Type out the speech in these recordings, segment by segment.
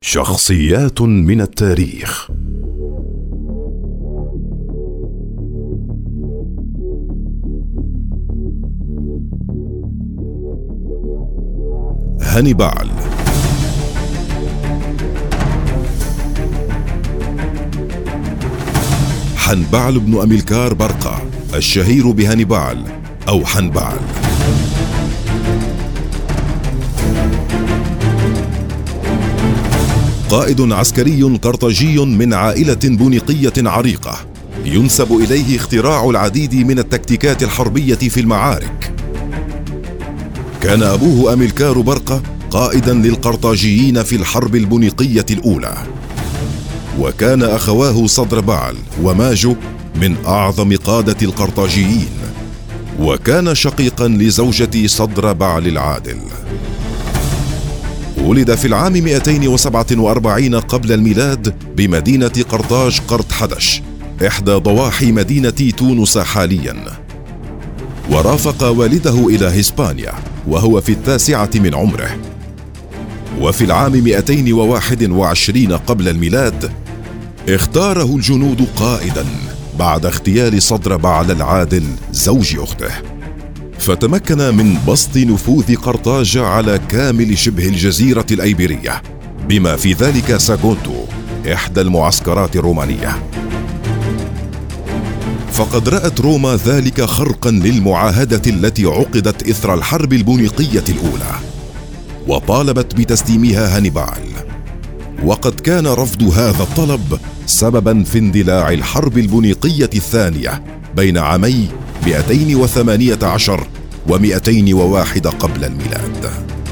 شخصيات من التاريخ. هانيبال. حنبعل بن أميلكار برقة، الشهير بهانيبال أو حنبعل. قائد عسكري قرطاجي من عائلة بونيقية عريقة، ينسب إليه اختراع العديد من التكتيكات الحربية في المعارك. كان أبوه أميلكار برقة قائداً للقرطاجيين في الحرب البونيقية الأولى، وكان أخواه صدربعل وماجو من أعظم قادة القرطاجيين، وكان شقيقاً لزوجة صدربعل العادل. ولد في العام 247 قبل الميلاد بمدينة قرطاج قرط حدش، إحدى ضواحي مدينة تونس حالياً، ورافق والده إلى إسبانيا وهو في 9 من عمره. وفي العام 221 قبل الميلاد اختاره الجنود قائداً بعد اغتيال صدربعل العادل زوج أخته، فتمكن من بسط نفوذ قرطاج على كامل شبه الجزيرة الأيبيرية، بما في ذلك ساغونتو إحدى المعسكرات الرومانية. فقد رأت روما ذلك خرقاً للمعاهدة التي عقدت إثر الحرب البونيقية الأولى، وطالبت بتسليمها هانيبال. وقد كان رفض هذا الطلب سبباً في اندلاع الحرب البونيقية الثانية بين عامي 218 و201 قبل الميلاد.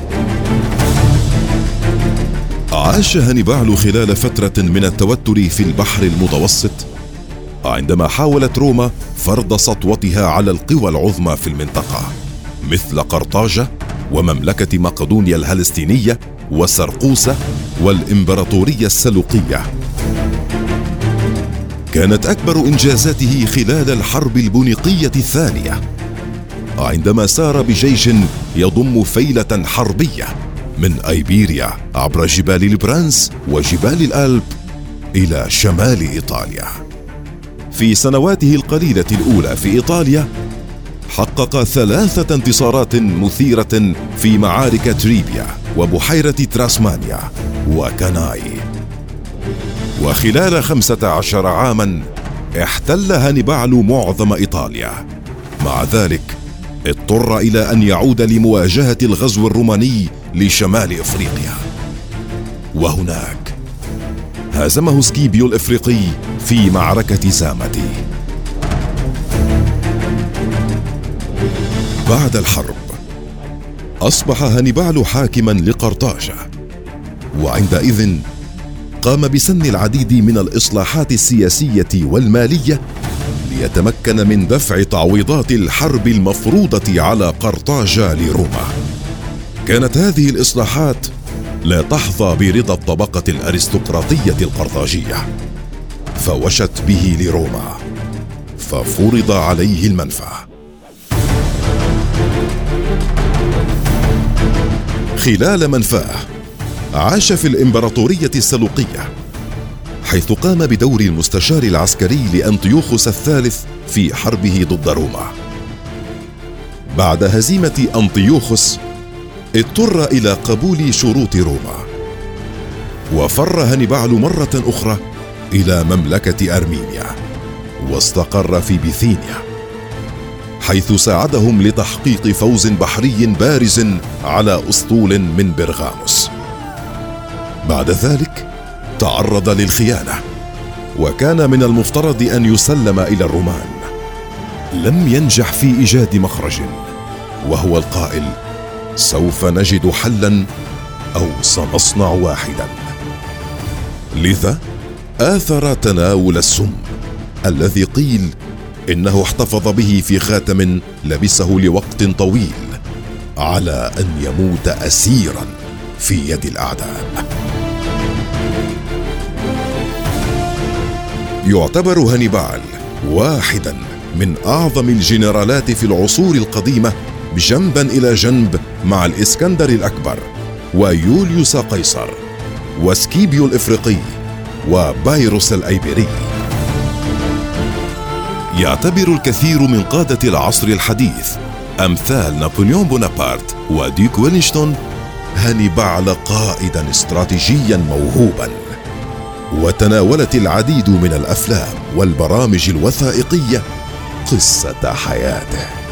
عاش هانيبال خلال فترة من التوتر في البحر المتوسط، عندما حاولت روما فرض سطوتها على القوى العظمى في المنطقة مثل قرطاج ومملكة مقدونيا الهلستينية وسرقوسة والإمبراطورية السلوقية. كانت أكبر إنجازاته خلال الحرب البونيقية الثانية عندما سار بجيش يضم فيلة حربية من أيبيريا عبر جبال البرانس وجبال الألب إلى شمال إيطاليا. في سنواته القليلة الأولى في إيطاليا حقق 3 انتصارات مثيرة في معارك تريبيا وبحيرة تراسمانيا وكاناي. وخلال 15 عاماً احتل هانيبال معظم إيطاليا. مع ذلك اضطر إلى أن يعود لمواجهة الغزو الروماني لشمال إفريقيا، وهناك هزمه سكيبيو الإفريقي في معركة زامتي. بعد الحرب أصبح هانيبال حاكماً لقرطاج، وعندئذ قام بسن العديد من الإصلاحات السياسية والمالية ليتمكن من دفع تعويضات الحرب المفروضة على قرطاج لروما. كانت هذه الإصلاحات لا تحظى برضا الطبقة الأرستقراطية القرطاجية، فوشت به لروما، ففرض عليه المنفى. خلال منفاه عاش في الإمبراطورية السلوقية، حيث قام بدور المستشار العسكري لأنطيوخوس الثالث في حربه ضد روما. بعد هزيمة أنطيوخوس اضطر إلى قبول شروط روما، وفر هانيبال مرة أخرى إلى مملكة أرمينيا، واستقر في بيثينيا، حيث ساعدهم لتحقيق فوز بحري بارز على أسطول من برغاموس. بعد ذلك تعرض للخيانة، وكان من المفترض أن يسلم إلى الرومان. لم ينجح في إيجاد مخرج، وهو القائل: سوف نجد حلاً أو سنصنع واحداً. لذا آثر تناول السم الذي قيل إنه احتفظ به في خاتم لبسه لوقت طويل، على أن يموت أسيراً في يد الأعداء. يعتبر هانيبال واحداً من أعظم الجنرالات في العصور القديمة، جنباً إلى جنب مع الإسكندر الأكبر ويوليوس قيصر، وسكيبيو الإفريقي وبايروس الأيبيري. يعتبر الكثير من قادة العصر الحديث أمثال نابليون بونابرت وديك ويلينغتون هانيبال قائداً استراتيجياً موهوباً. وتناولت العديد من الأفلام والبرامج الوثائقية قصة حياته.